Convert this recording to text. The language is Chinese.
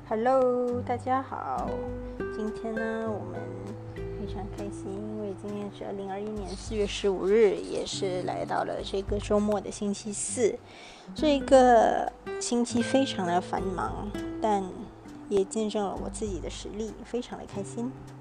Hello， 大家好。今天呢，我们非常开心，因为今天是2021年4月15日，也是来到了这个周末的星期四。这个星期非常的繁忙，但也见证了我自己的实力，非常的开心。